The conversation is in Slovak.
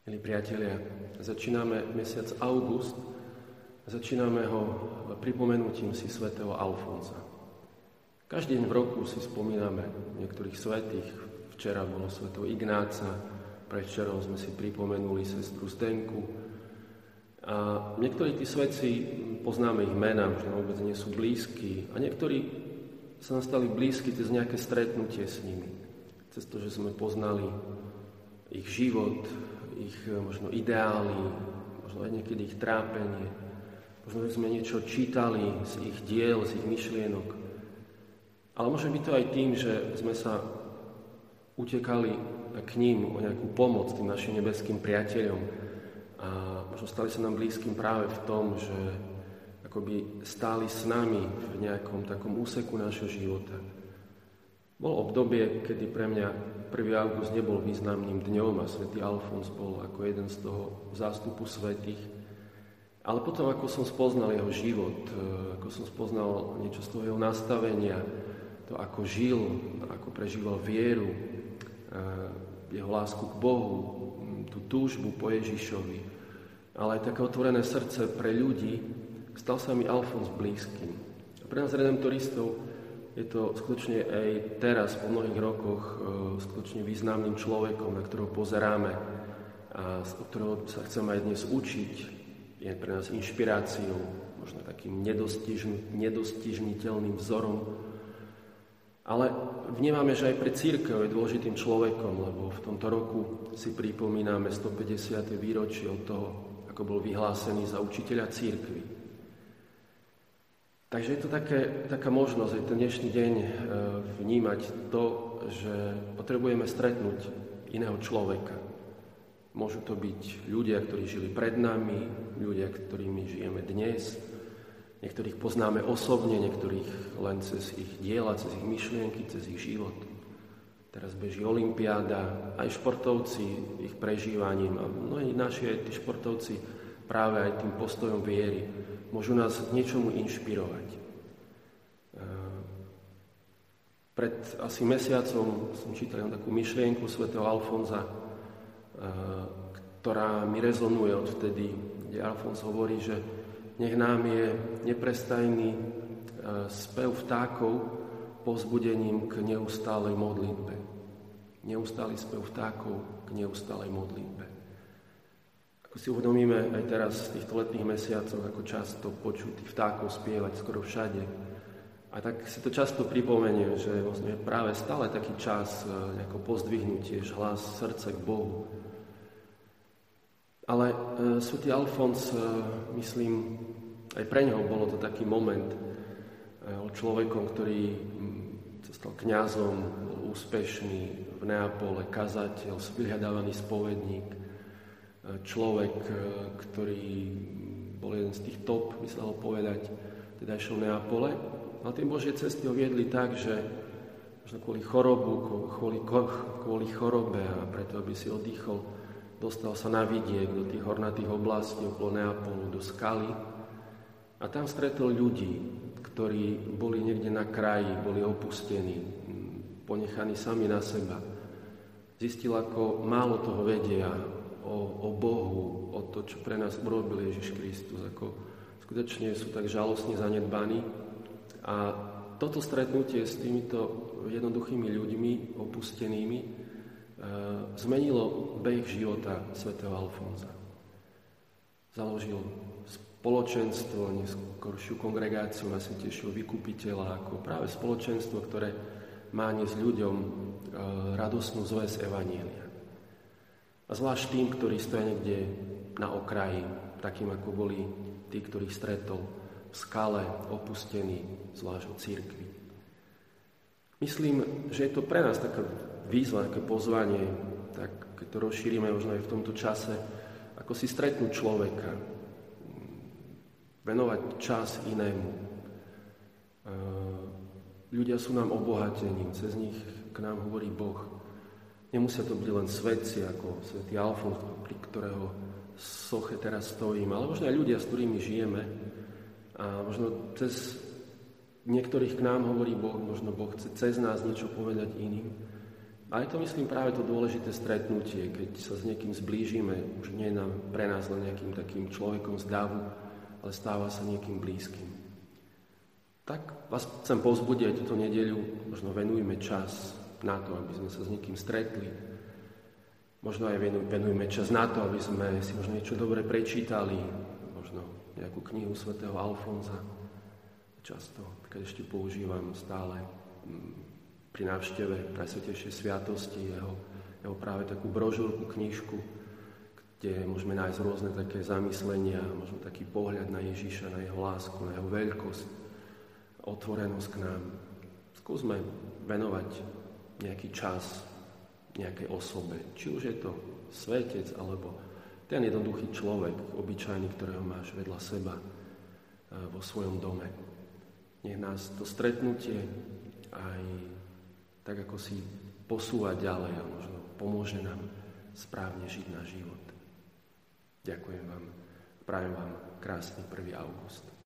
Milí priatelia, začíname mesiac august, začíname ho pripomenutím si svätého Alfonza. Každý deň v roku si spomíname niektorých svätých. Včera bolo svätého Ignáca, predvčerom sme si pripomenuli sestru Zdenku. A niektorí tí svätci poznáme ich mená, že vôbec nie sú blízki. A niektorí sa nám stali blízki cez nejaké stretnutie s nimi. Cez to, že sme poznali ich život, ich možno ideály, možno aj niekedy ich trápenie. Možno sme niečo čítali z ich diel, z ich myšlienok. Ale môže byť to aj tým, že sme sa utekali k ním o nejakú pomoc tým našim nebeským priateľom. A možno stali sa nám blízkym práve v tom, že akoby stáli s nami v nejakom takom úseku našho života. Bolo obdobie, kedy pre mňa 1. august nebol významným dňom a svätý Alfons bol ako jeden z toho zástupu svätých. Ale potom, ako som spoznal jeho život, ako som spoznal niečo z toho jeho nastavenia, to, ako žil, ako prežíval vieru, jeho lásku k Bohu, tú túžbu po Ježišovi, ale aj také otvorené srdce pre ľudí, stal sa mi Alfons blízkym. A pre nás redemptoristov je to skutočne aj teraz, po mnohých rokoch, skutočne významným človekom, na ktorého pozeráme a z ktorého sa chceme aj dnes učiť. Je pre nás inšpiráciou, možno takým nedostižniteľným vzorom. Ale vnímame, že aj pre cirkev je dôležitým človekom, lebo v tomto roku si pripomíname 150. výročie od toho, ako bol vyhlásený za učiteľa cirkvi. Takže je to taká možnosť, aj ten dnešný deň vnímať to, že potrebujeme stretnúť iného človeka. Môžu to byť ľudia, ktorí žili pred nami, ľudia, ktorými žijeme dnes. Niektorých poznáme osobne, niektorých len cez ich diela, cez ich myšlienky, cez ich život. Teraz beží olympiáda, aj športovci ich prežívaním a mnohí naši aj tí športovci práve aj tým postojom viery môžu nás k niečomu inšpirovať. Pred asi mesiacom som čítal takú myšlienku svätého Alfonza, ktorá mi rezonuje odvtedy, kde Alfons hovorí, že nech nám je neprestajný spev vtákov povzbudením k neustálej modlitbe. Neustály spev vtákov k neustálej modlitbe. Ako si uvedomíme aj teraz v týchto letných mesiacoch, ako často počuť vtákov spievať skoro všade. A tak si to často pripomeniem, že vlastne práve stále taký čas nejako pozdvihnutie, hlas srdce k Bohu. Ale svätý Alfons, myslím, aj pre neho bolo to taký moment človekom, ktorý sa stal kňazom, bol úspešný v Neapole, kazateľ, vyhľadávaný spovedník, človek, ktorý bol jeden z tých top, by sa dalo povedať, teda išiel v Neapole. Ale tie Božie cesty ho viedli tak, že možno kvôli chorobe a preto, aby si oddychol, dostal sa na vidiek do tých hornatých oblastí okolo Neapolu, do skaly a tam stretol ľudí, ktorí boli niekde na kraji, boli opustení, ponechaní sami na seba. Zistil, ako málo toho vedia o Bohu, o to, čo pre nás urobil Ježiš Kristus, ako skutočne sú tak žalostne zanedbaní. A toto stretnutie s týmito jednoduchými ľuďmi, opustenými, zmenilo beh života svätého Alfonza. Založil spoločenstvo, neskoršiu kongregáciu Najsvätejšieho Vykupiteľa, ako práve spoločenstvo, ktoré má dnes ľuďom radosnú zvesť evanjelia. A zvlášť tým, ktorí stoja niekde na okraji, takým ako boli tí, ktorých stretol v skale, opustení, zvlášť od cirkvi. Myslím, že je to pre nás taká výzva, také pozvanie, tak keď to rozšírime možno aj v tomto čase, ako si stretnúť človeka, venovať čas inému. Ľudia sú nám obohatením, cez nich k nám hovorí Boh. Nemusia to byť len svätci, ako svätý Alfons, pri ktorého soche teraz stojím, ale možno aj ľudia, s ktorými žijeme. A možno cez niektorých k nám hovorí Boh, možno Boh chce cez nás niečo povedať iným. A je to, myslím, práve to dôležité stretnutie, keď sa s niekým zblížime, už nie je pre nás len nejakým takým človekom z davu, ale stáva sa niekým blízkym. Tak vás chcem povzbudiť aj túto nedeľu, možno venujme čas na to, aby sme sa s niekým stretli. Možno aj venujme čas na to, aby sme si možno niečo dobre prečítali, možno nejakú knihu svätého Alfonza. Často, keď ešte používam stále pri návšteve Najsvätejšej sviatosti jeho práve takú brožúrku, knižku, kde môžeme nájsť rôzne také zamyslenia, možno taký pohľad na Ježiša, na jeho lásku, na jeho veľkosť, otvorenosť k nám. Skúsme venovať nejaký čas nejakej osobe, či už je to svetec, alebo ten jednoduchý človek, obyčajný, ktorého máš vedľa seba vo svojom dome. Nech nás to stretnutie aj tak, ako si posúvať ďalej a možno pomôže nám správne žiť náš život. Ďakujem vám. Prajem vám krásny 1. august.